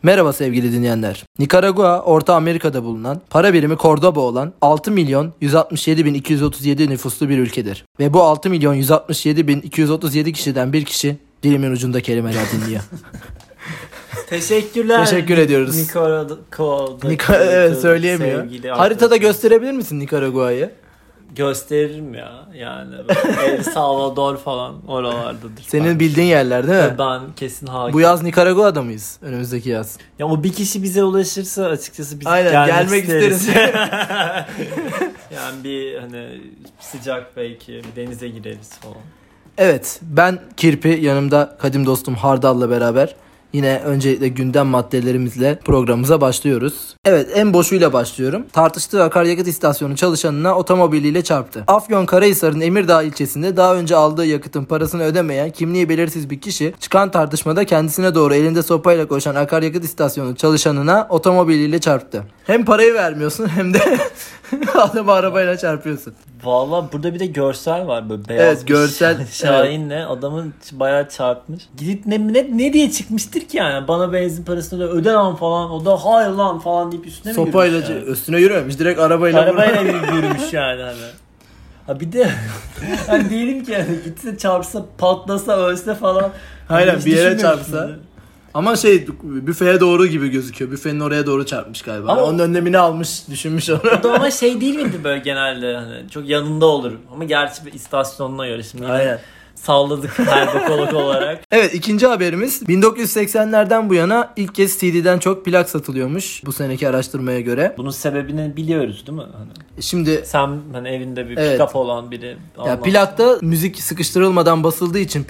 Merhaba sevgili dinleyenler. Nikaragua, Orta Amerika'da bulunan, para birimi Cordoba olan 6.167.237 nüfuslu bir ülkedir. Ve bu 6.167.237 kişiden bir kişi dilimin ucunda kelimeler dinliyor. Teşekkürler. Teşekkür ediyoruz. Nikaragua'da evet, söyleyemiyor. Haritada gösterebilir misin Nikaragua'yı? Gösteririm ya. Yani El Salvador falan oralardadır. Senin bildiğin yerler değil mi? Ben kesin hakim. Bu yaz Nikaragua'da mıyız? Önümüzdeki yaz. Ya o bir kişi bize ulaşırsa açıkçası biz gelmek isteriz. Yani bir hani sıcak belki bir denize gireriz falan. Evet, ben Kirpi, yanımda kadim dostum Hardal'la beraber yine öncelikle gündem maddelerimizle programımıza başlıyoruz. Evet, en boşuyla başlıyorum. Tartıştığı akaryakıt istasyonu çalışanına otomobiliyle çarptı. Afyonkarahisar'ın Emirdağ ilçesinde daha önce aldığı yakıtın parasını ödemeyen kimliği belirsiz bir kişi çıkan tartışmada kendisine doğru elinde sopayla koşan akaryakıt istasyonu çalışanına otomobiliyle çarptı. Hem parayı vermiyorsun hem de adamı arabayla çarpıyorsun. Valla burada bir de görsel var böyle beyaz. Evet, görsel. Şahin'le adamın bayağı çarpmış. Gidip ne diye çıkmıştır ki yani? Bana benzin parasını da öde lan falan. O da hayır lan falan deyip üstüne mi sopayla yürümüş yani? Üstüne yürümemiş, direkt arabayla yürümüş yani hani. Ha bir de hani diyelim ki yani gitse çarpsa, patlasa, ölse falan. Aynen, hiç bir yere düşünmemişsin çarpsa. de. Ama büfeye doğru gibi gözüküyor. Büfenin oraya doğru çarpmış galiba. Ama onun önlemini almış, düşünmüş onu. O da ama değil miydi böyle genelde hani çok yanında olur. Ama gerçi bir istasyonuna göre şimdi yine Aynen. salladık herbokolog olarak. Evet, ikinci haberimiz 1980'lerden bu yana ilk kez CD'den çok plak satılıyormuş bu seneki araştırmaya göre. Bunun sebebini biliyoruz değil mi? Hani Şimdi sen hani evinde bir evet, pick-up olan biri. ya plakta müzik sıkıştırılmadan basıldığı için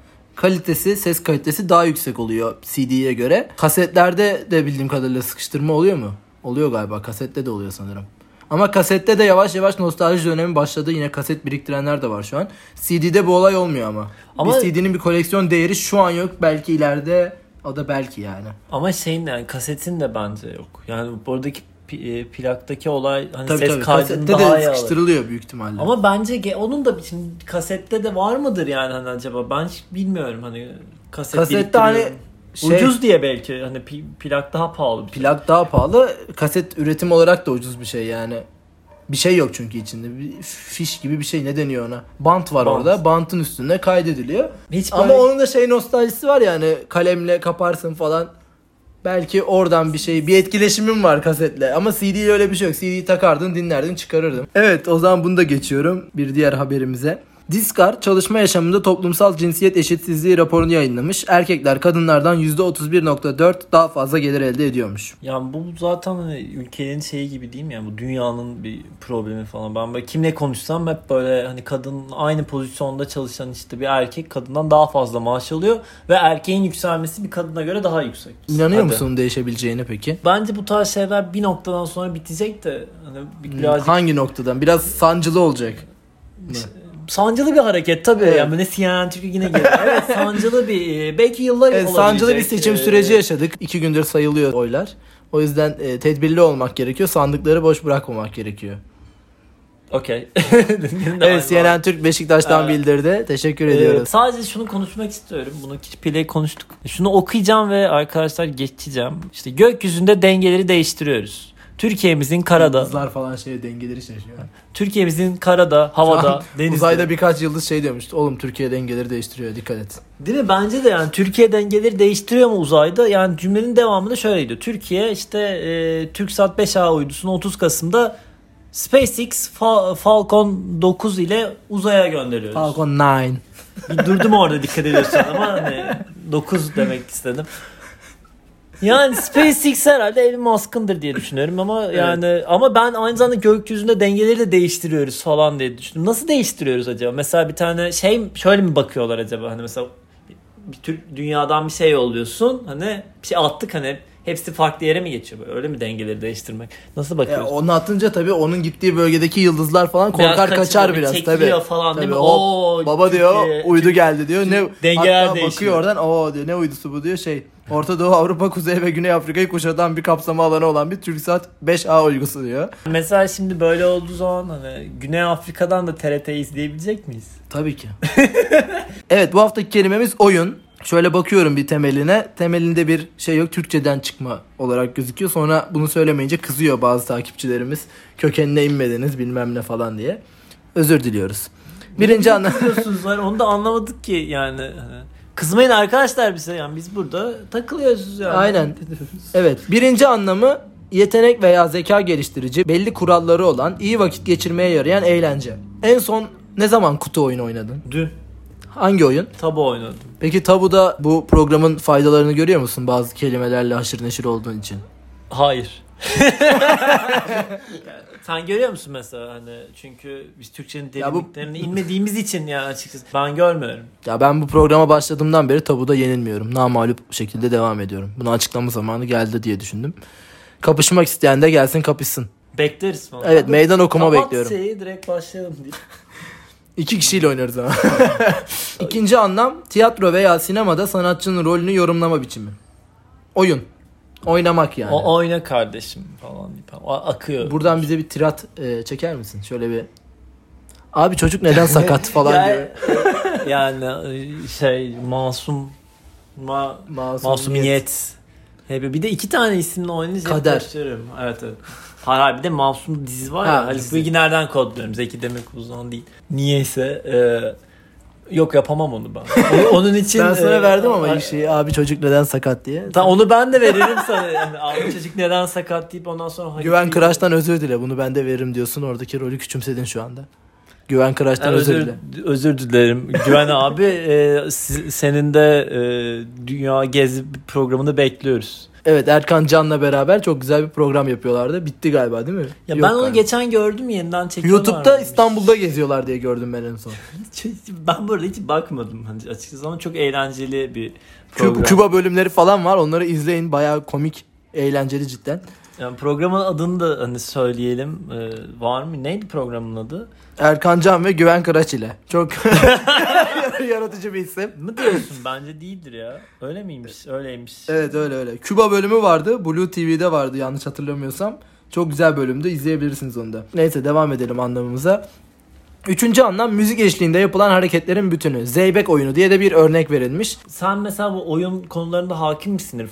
ses kalitesi daha yüksek oluyor CD'ye göre. Kasetlerde de bildiğim kadarıyla sıkıştırma oluyor mu? Oluyor galiba. Kasette de oluyor sanırım. Ama kasette de yavaş yavaş nostalji dönemi başladı. Yine kaset biriktirenler de var şu an. CD'de bu olay olmuyor ama. Bir CD'nin bir koleksiyon değeri şu an yok. Belki ileride, o da belki yani. Ama yani kasetin de bence yok. Yani buradaki plaktaki olay hani tabii, ses kaydını daha kasette de iyi sıkıştırılıyor büyük ihtimalle. Ama bence onun da şimdi kasette de var mıdır yani hani acaba? Ben hiç bilmiyorum hani kasette hani ucuz diye belki hani plak daha pahalı. Plak daha pahalı. Kaset üretim olarak da ucuz bir şey yani. Bir şey yok çünkü içinde. Bir fiş gibi bir şey, ne deniyor ona? Bant var orada. Bantın üstünde kaydediliyor. Ama onun da nostaljisi var yani. Kalemle kaparsın falan. Belki oradan bir etkileşimim var kasetle. Ama CD'yle öyle bir şey yok. CD'yi takardın, dinlerdin, çıkarırdın. Evet, o zaman bunu da geçiyorum bir diğer haberimize. Discar çalışma yaşamında toplumsal cinsiyet eşitsizliği raporunu yayınlamış. Erkekler kadınlardan %31.4 daha fazla gelir elde ediyormuş. Yani bu zaten hani ülkenin gibi değil mi? Yani bu dünyanın bir problemi falan. Ben böyle kimle konuşsam hep böyle hani kadın aynı pozisyonda çalışan işte bir erkek kadından daha fazla maaş alıyor ve erkeğin yükselmesi bir kadına göre daha yüksek. İnanıyor musun değişebileceğine peki? Bence bu tarz şeyler bir noktadan sonra bitecek de hani birazcık... Hangi noktadan? Biraz sancılı olacak. Sancılı bir hareket tabii. Evet. Yani CNN Türkiye yine geliyor. Evet, sancılı bir belki yıllar olabilecek. Sancılı bir seçim süreci yaşadık. 2 gündür sayılıyor oylar. O yüzden tedbirli olmak gerekiyor. Sandıkları boş bırakmamak gerekiyor. Okey. Evet, CNN Türk Beşiktaş'tan bildirdi. Teşekkür ediyoruz. Sadece şunu konuşmak istiyorum. Bunu Kirpi'yle konuştuk. Şunu okuyacağım ve arkadaşlar geçeceğim. İşte gökyüzünde dengeleri değiştiriyoruz. Türkiye'mizin karada. Kızlar falan dengeleri şaşıyor. Türkiye'mizin karada, havada, denizde. Uzayda birkaç yıldız demişti. Oğlum, Türkiye dengeleri değiştiriyor, dikkat et. Değil mi? Bence de yani Türkiye dengeleri değiştiriyor mu uzayda? Yani cümlenin devamında şöyleydi. Türkiye işte TürkSat 5A uydusunu 30 Kasım'da SpaceX Falcon 9 ile uzaya gönderiyoruz. Falcon 9. Bir durdum orada, dikkat ediyorsun ama hani 9 demek istedim. Yani SpaceX herhalde Elon Musk'ındır diye düşünüyorum ama yani evet. Ama ben aynı zamanda gökyüzünde dengeleri de değiştiriyoruz falan diye düşündüm. Nasıl değiştiriyoruz acaba? Mesela bir tane şöyle mi bakıyorlar acaba? Hani mesela dünyadan bir şey yolluyorsun. Hani bir şey attık, hani hepsi farklı yere mi geçiyor? Öyle mi dengeleri değiştirmek? Nasıl bakıyorsun? Onu atınca tabii onun gittiği bölgedeki yıldızlar falan korkar kaçar biraz tabii. Falan tabii. Değil mi? Baba diyor uydu geldi diyor. Dengeler hatta bakıyor oradan diyor ne uydusu bu diyor Orta Doğu, Avrupa, Kuzey ve Güney Afrika'yı kuşatan bir kapsama alanı olan bir TürkSat 5A uygusu diyor. Mesela şimdi böyle olduğu zaman hani Güney Afrika'dan da TRT izleyebilecek miyiz? Tabii ki. Evet, bu haftaki kelimemiz oyun. Şöyle bakıyorum bir temeline. Temelinde bir şey yok. Türkçeden çıkma olarak gözüküyor. Sonra bunu söylemeyince kızıyor bazı takipçilerimiz. Kökenine inmediniz bilmem ne falan diye. Özür diliyoruz. Birinci anlam. Onu da anlamadık ki yani. Kızmayın arkadaşlar bize, yani biz burada takılıyoruz yani. Aynen. Evet. Birinci anlamı yetenek veya zeka geliştirici, belli kuralları olan, iyi vakit geçirmeye yarayan eğlence. En son ne zaman kutu oyunu oynadın? Dün. Hangi oyun? Tabu oynadım. Peki tabuda bu programın faydalarını görüyor musun bazı kelimelerle haşır neşir olduğun için? Hayır. Sen görüyor musun mesela, hani çünkü biz Türkçenin derinliklerine inmediğimiz için yani açıkçası ben görmüyorum. Ya ben bu programa başladığımdan beri tabuda yenilmiyorum. Namağlup şekilde devam ediyorum. Bunu açıklama zamanı geldi diye düşündüm. Kapışmak isteyen de gelsin kapışsın. Bekleriz falan. Evet, meydan okuma bekliyorum. Direkt başlayalım diye. 2 kişiyle oynarız ama. İkinci anlam tiyatro veya sinemada sanatçının rolünü yorumlama biçimi. Oyun. Oynamak yani. O oyna kardeşim falan deyip akıyor. Buradan bize bir tirat çeker misin? Şöyle bir. Abi çocuk neden sakat falan gibi. Yani masumiyet. Bir de 2 tane isimle oynayınca Kader. Evet. Hayır, bir de Masum dizi var ya. Haluk Bilginer'den kodluyorum. Zeki Demirkubuz'dan değil. Niyeyse yok, yapamam onu ben. Onun için ben sana verdim ama işi abi çocuk neden sakat diye. Tamam, onu ben de veririm sana. Yani, abi çocuk neden sakat deyip ondan sonra Güven Kıraç'tan özür dile. Bunu ben de veririm diyorsun. Oradaki rolü küçümsedin şu anda. Güven Kıraç'tan özür dile. Özür dilerim. Güven abi, senin de Dünya Gezi programını bekliyoruz. Evet, Erkan Can'la beraber çok güzel bir program yapıyorlardı. Bitti galiba değil mi? Ya yok ben onu geçen gördüm, yeniden çekiyorlar. YouTube'da İstanbul'da geziyorlar diye gördüm ben en son. Ben burada hiç bakmadım hani açıkçası ama çok eğlenceli bir program. Küba bölümleri falan var. Onları izleyin. Bayağı komik, eğlenceli cidden. Yani programın adını da hani söyleyelim. Var mı? Neydi programın adı? Erkan Can ve Güven Kıraç ile. Çok yaratıcı bir isim. Mı diyorsun? Bence değildir ya. Öyle miymiş? Öyleymiş. Evet, öyle. Küba bölümü vardı. Blue TV'de vardı yanlış hatırlamıyorsam. Çok güzel bölümdü. İzleyebilirsiniz onu da. Neyse, devam edelim anlamımıza. Üçüncü anlam müzik eşliğinde yapılan hareketlerin bütünü. Zeybek oyunu diye de bir örnek verilmiş. Sen mesela bu oyun konularında hakim misindir?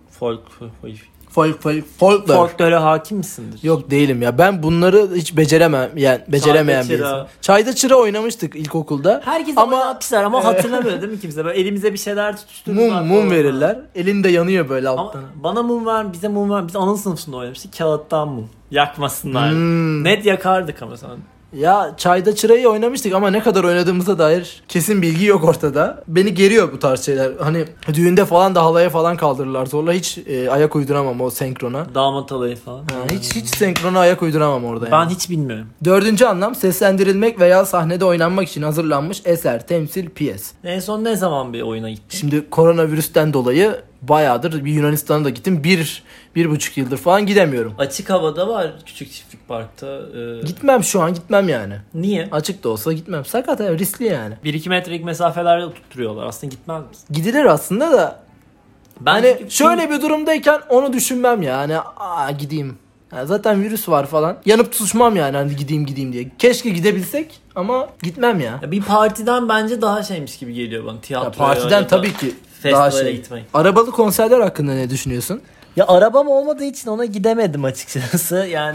Folklore hakim misindir? Yok, değilim ya. Ben bunları hiç beceremeyen bir insan. Çayda çıra oynamıştık ilkokulda. Herkes oynamışlar ama hatırlamıyor değil mi kimse? Böyle elimize bir şeyler tutuştururlar. Mum verirler. Elinde yanıyor böyle alttan. Ama bana mum ver, bize mum ver. Biz ana sınıfında oynamıştık. Kağıttan mum. Yakmasınlar. Net yakardık ama sen. Ya çayda çırayı oynamıştık ama ne kadar oynadığımıza dair kesin bilgi yok ortada. Beni geriyor bu tarz şeyler. Hani düğünde falan da halaya falan kaldırırlar. Zorla hiç ayak uyduramam o senkrona. Damat halayı falan. Hiç senkrona ayak uyduramam orada yani. Ben hiç bilmiyorum. Dördüncü anlam seslendirilmek veya sahnede oynanmak için hazırlanmış eser, temsil, piyes. En son ne zaman bir oyuna gittin? Şimdi koronavirüsten dolayı bayağıdır bir Yunanistan'a da gittim. 1,5 yıldır falan gidemiyorum. Açık havada var küçük çiftlik parkta. Gitmem şu an, gitmem yani. Niye? Açık da olsa gitmem. Sakat abi, riskli yani. 1-2 metrelik mesafelerde tutturuyorlar. Aslında gitmez misin? Gidilir aslında da. Ben hani şöyle bir durumdayken onu düşünmem yani. Gideyim. Yani zaten virüs var falan. Yanıp tutuşmam yani hani gideyim diye. Keşke gidebilsek ama gitmem ya. Bir partiden bence daha şeymiş gibi geliyor bana. Tiyatroya. Partiden tabii ki daha gitmek. Arabalı konserler hakkında ne düşünüyorsun? Ya arabam olmadığı için ona gidemedim açıkçası. Yani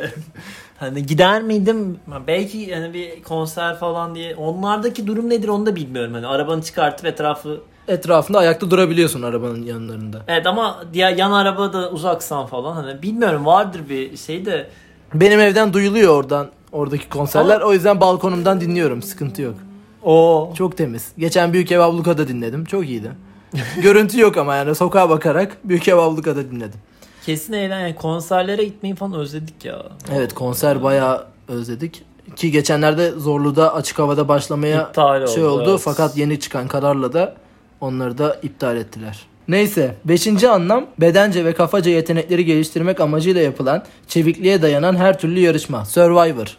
hani gider miydim? Belki yani bir konser falan diye. Onlardaki durum nedir onu da bilmiyorum. Hani arabanı çıkartıp etrafında ayakta durabiliyorsun arabanın yanlarında. Evet ama diğer yan araba da uzaksan falan hani bilmiyorum, vardır bir şey de. Benim evden duyuluyor oradaki konserler. O yüzden balkonumdan dinliyorum. Sıkıntı yok. Çok temiz. Geçen Büyük Ev Abluka'da dinledim. Çok iyiydi. Görüntü yok ama yani sokağa bakarak Büyük Ev Abluka'da dinledim. Kesin yani konserlere gitmeyi falan özledik ya. Evet, konser bayağı özledik. Ki geçenlerde Zorlu'da açık havada başlamaya İptal oldu. Evet. Fakat yeni çıkan kararla da onları da iptal ettiler. Neyse, 5. anlam bedence ve kafaca yetenekleri geliştirmek amacıyla yapılan, çevikliğe dayanan her türlü yarışma. Survivor.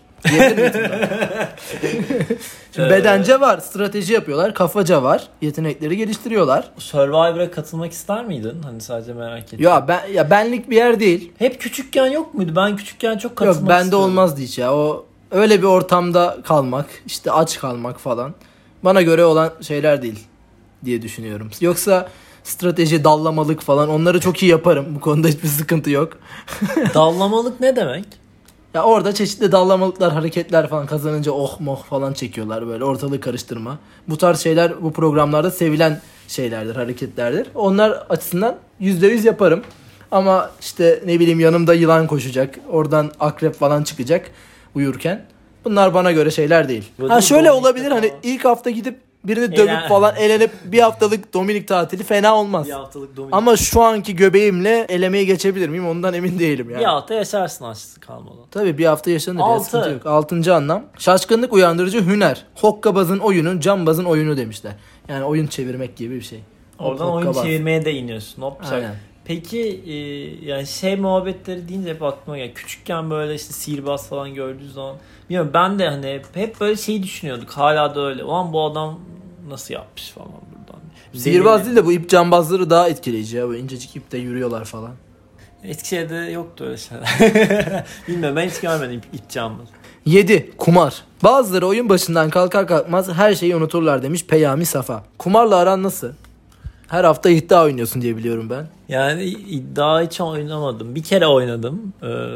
Şimdi bedence var, strateji yapıyorlar, kafaca var, yetenekleri geliştiriyorlar. Survivor'a katılmak ister miydin? Hani sadece merak ettim. Ya benlik bir yer değil. Hep küçükken yok muydu? Ben küçükken çok katılmak istiyordum. Yok, bende olmazdı hiç ya. O öyle bir ortamda kalmak, işte aç kalmak falan bana göre olan şeyler değil. diye düşünüyorum. Yoksa strateji, dallamalık falan onları çok iyi yaparım. Bu konuda hiçbir sıkıntı yok. Dallamalık ne demek? Ya orada çeşitli dallamalıklar, hareketler falan kazanınca oh moh falan çekiyorlar, böyle ortalığı karıştırma. Bu tarz şeyler bu programlarda sevilen şeylerdir, hareketlerdir. Onlar açısından %100 yaparım. Ama işte ne bileyim yanımda yılan koşacak, oradan akrep falan çıkacak uyurken. Bunlar bana göre şeyler değil. Ha şöyle olabilir, hani ilk hafta gidip birini dövüp falan elenip bir haftalık Dominik tatili fena olmaz. Bir haftalık Dominik. Ama şu anki göbeğimle elemeyi geçebilir miyim ondan emin değilim yani. Bir hafta yaşarsın açlık kalmadan. Tabii bir hafta yaşanır ya, sıkıntı yok. 6. anlam. Şaşkınlık uyandırıcı hüner. Hokkabazın oyunu, cambazın oyunu demişler. Yani oyun çevirmek gibi bir şey. Oradan oyun çevirmeye de iniyorsun. Aynen. Peki yani şey muhabbetleri deyince hep aklıma geliyor. Küçükken böyle işte sihirbaz falan gördüğü zaman bilmiyorum, ben de hani hep böyle şeyi düşünüyorduk. Hala da öyle. Ulan bu adam nasıl yapmış falan buradan. Sihirbaz değil de bu ip cambazları daha etkileyici ya. Böyle incecik ipte yürüyorlar falan. Eskişehir'de yoktu öyle şeyler. Bilmiyorum, ben hiç görmedim ip cambaz. 7. Kumar. Bazıları oyun başından kalkar kalkmaz her şeyi unuturlar demiş Peyami Safa. Kumarla aran nasıl? Her hafta iddia oynuyorsun diye biliyorum ben. Yani iddia hiç oynamadım. Bir kere oynadım.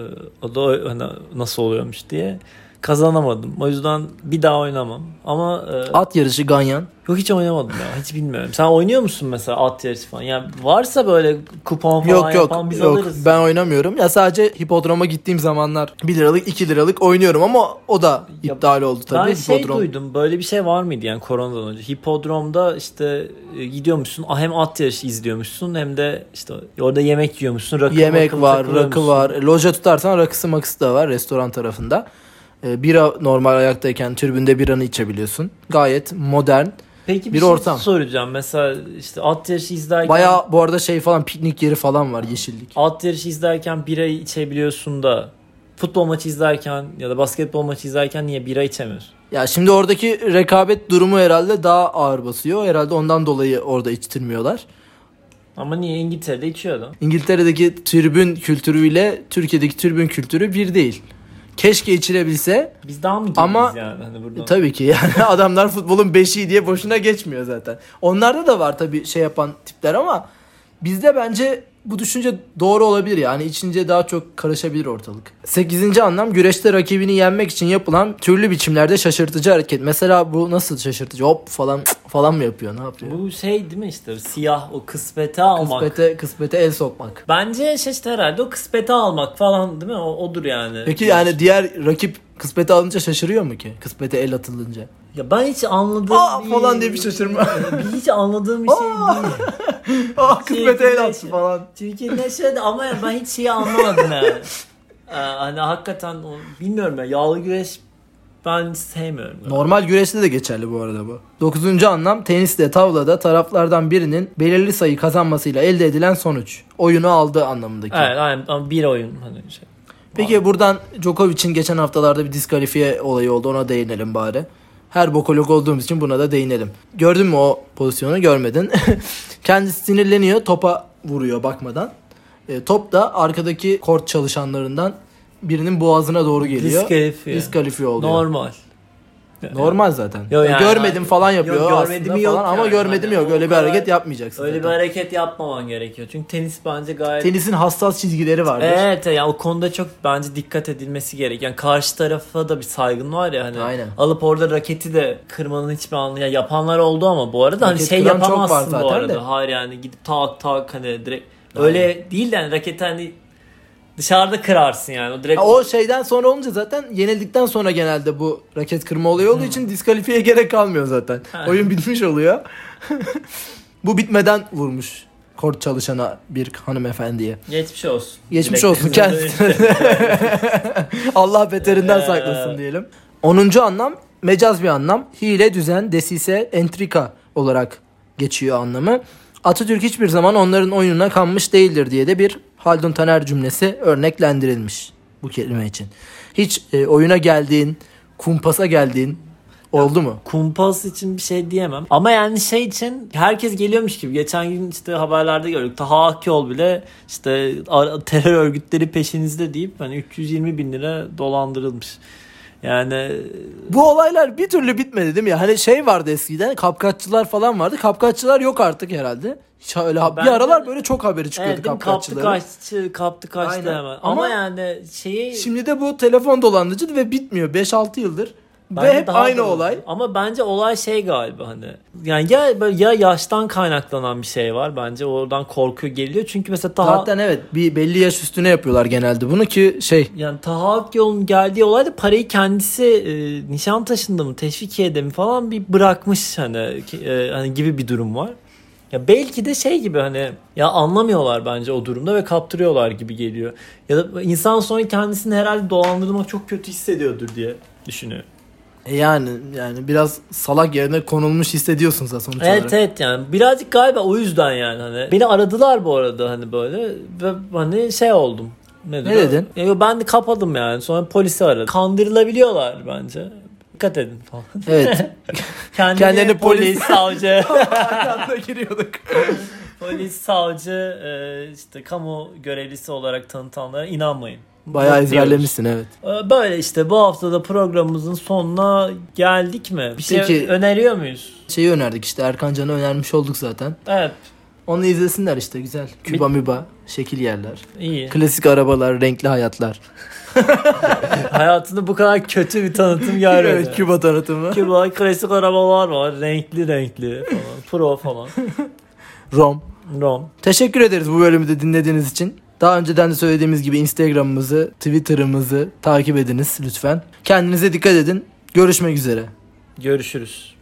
O da hani nasıl oluyormuş diye. Kazanamadım. O yüzden bir daha oynamam. Ama at yarışı, ganyan. Yok, hiç oynamadım ya. Hiç bilmiyorum. Sen oynuyor musun mesela at yarışı falan? Yani varsa böyle kupon falan yapan biz alırız. Ben oynamıyorum. Ya sadece hipodroma gittiğim zamanlar 1 liralık 2 liralık oynuyorum ama o da iptal oldu tabii. Ben şey duydum. Böyle bir şey var mıydı yani koronadan önce? Hipodromda işte gidiyormuşsun. Hem at yarışı izliyormuşsun hem de işte orada yemek yiyormuşsun. Yemek var, rakı var. Loja tutarsan rakısı makısı da var restoran tarafında. Bira normal ayaktayken tribünde biranı içebiliyorsun. Gayet modern. Peki bir şey ortam. Soracağım. Mesela işte at yarışı izlerken... Bayağı bu arada şey falan, piknik yeri falan var, yeşillik. At yarışı izlerken bira içebiliyorsun da futbol maçı izlerken ya da basketbol maçı izlerken niye bira içemiyorsun? Ya şimdi oradaki rekabet durumu herhalde daha ağır basıyor. Herhalde ondan dolayı orada içtirmiyorlar. Ama niye? İngiltere'de içiyordu. İngiltere'deki tribün kültürüyle Türkiye'deki tribün kültürü bir değil. Keşke içilebilse. Biz daha mı geriyiz yani? Hani buradan... Tabii ki yani adamlar futbolun beşiği diye boşuna geçmiyor zaten. Onlarda da var tabii şey yapan tipler ama bizde bence bu düşünce doğru olabilir yani, içince daha çok karışabilir ortalık. 8. anlam. Güreşte rakibini yenmek için yapılan türlü biçimlerde şaşırtıcı hareket. Mesela bu nasıl şaşırtıcı? Hop falan mı yapıyor? Ne yapıyor? Bu şey değil mi işte, siyah o kıspete almak. Kıspete el sokmak. Bence işte herhalde o kıspete almak falan değil mi? Odur yani. Peki yani diğer rakip kıspete alınca şaşırıyor mu ki? Kıspete el atılınca. Ya ben hiç anladığım falan diye bir şaşırma. Hiç anladığım bir şey değil. Kıspete el attı falan. Çünkü ne şöyle ama ben hiç şeyi anlamadım yani. Hani hakikaten bilmiyorum ya, yağlı güreş ben sevmiyorum. Yani. Normal güreşte de geçerli bu arada bu. 9. anlam. Teniste, tavlada taraflardan birinin belirli sayı kazanmasıyla elde edilen sonuç. Oyunu aldığı anlamındaki. Evet, aynen, bir oyun hani şey. Peki buradan Djokovic'in geçen haftalarda bir diskalifiye olayı oldu. Ona değinelim bari. Her bokolog olduğumuz için buna da değinelim. Gördün mü o pozisyonu? Görmedin. Kendisi sinirleniyor. Topa vuruyor bakmadan. Top da arkadaki kort çalışanlarından birinin boğazına doğru geliyor. Diskalifiye oluyor. Normal. Normal zaten. Yani, görmedim falan yapıyor aslında falan ama yani. görmedim yok. Öyle bir hareket yapmayacaksın. Öyle zaten. bir hareket yapmaman gerekiyor. Çünkü tenis bence gayet... Tenisin hassas çizgileri vardır. Evet yani o konuda çok bence dikkat edilmesi gerek. Yani karşı tarafa da bir saygın var ya hani. Aynen. Alıp orada raketi de kırmanın hiçbir anlamı. Yani yapanlar oldu ama bu arada raket hani şey yapamazsın bu arada. De. Hayır yani gidip tak hani direkt öyle değil de yani raketi hani dışarıda kırarsın yani. O şeyden sonra olunca zaten yenildikten sonra genelde bu raket kırma olayı olduğu için diskalifiye gerek kalmıyor zaten. Oyun bitmiş oluyor. Bu bitmeden vurmuş kort çalışana bir hanımefendiye. Geçmiş olsun. Geçmiş olsun kendisine. Allah beterinden saklasın diyelim. 10. anlam mecaz bir anlam. Hile, düzen, desise, entrika olarak geçiyor anlamı. Atatürk hiçbir zaman onların oyununa kanmış değildir diye de bir Haldun Taner cümlesi örneklendirilmiş bu kelime için. Hiç oyuna geldiğin, kumpasa geldiğin oldu mu? Kumpas için bir şey diyemem. Ama yani şey için herkes geliyormuş gibi. Geçen gün işte haberlerde gördük. Taha Akyol bile işte terör örgütleri peşinizde deyip hani 320 bin lira dolandırılmış. Yani bu olaylar bir türlü bitmedi değil mi ya? Hani şey vardı eskiden, kapkaççılar falan vardı. Kapkaççılar yok artık herhalde. Öyle bir aralar böyle çok haberi çıkıyordu kapkaççıların. Kaptı kaçtı Aynen. hemen. Ama yani şimdi de bu telefon dolandırıcı ve bitmiyor. 5-6 yıldır. Bence ve hep aynı olay. Ama bence olay galiba hani. Yani ya yaştan kaynaklanan bir şey var bence. Oradan korku geliyor. Çünkü mesela zaten evet, bir belli yaş üstüne yapıyorlar genelde bunu ki yani Taha yolun geldiği olayda parayı kendisi Nişantaşı'nda mı Teşvikiye'de mi falan bir bırakmış hani gibi bir durum var. Ya belki de gibi hani ya anlamıyorlar bence o durumda ve kaptırıyorlar gibi geliyor. Ya da insan sonra kendisini herhalde dolandırmak çok kötü hissediyordur diye düşünüyorum. Yani biraz salak yerine konulmuş hissediyorsun zaten sonuç olarak. Evet yani birazcık galiba o yüzden yani hani beni aradılar bu arada hani böyle ve hani oldum. Ne dedin? Ya ben de kapadım yani. Sonra polisi aradım. Kandırılabiliyorlar bence. Dikkat edin falan. Evet. Kendilerini polis, savcı. Ayağına giriyorduk. Polis, savcı, işte kamu görevlisi olarak tanıtanlara inanmayın. Bayağı ezberlemişsin, evet. Böyle işte bu haftada programımızın sonuna geldik mi? Bir şey öneriyor muyuz? Şeyi önerdik işte, Erkan Can'ı önermiş olduk zaten. Evet. Onu izlesinler işte, güzel. Küba müba, şekil yerler. İyi. Klasik arabalar, renkli hayatlar. Hayatında bu kadar kötü bir tanıtım görmedim. Evet, Küba tanıtımı. Küba klasik arabalar var, renkli falan, pro falan. Rom. Teşekkür ederiz bu bölümü de dinlediğiniz için. Daha önceden de söylediğimiz gibi Instagram'ımızı, Twitter'ımızı takip ediniz lütfen. Kendinize dikkat edin. Görüşmek üzere. Görüşürüz.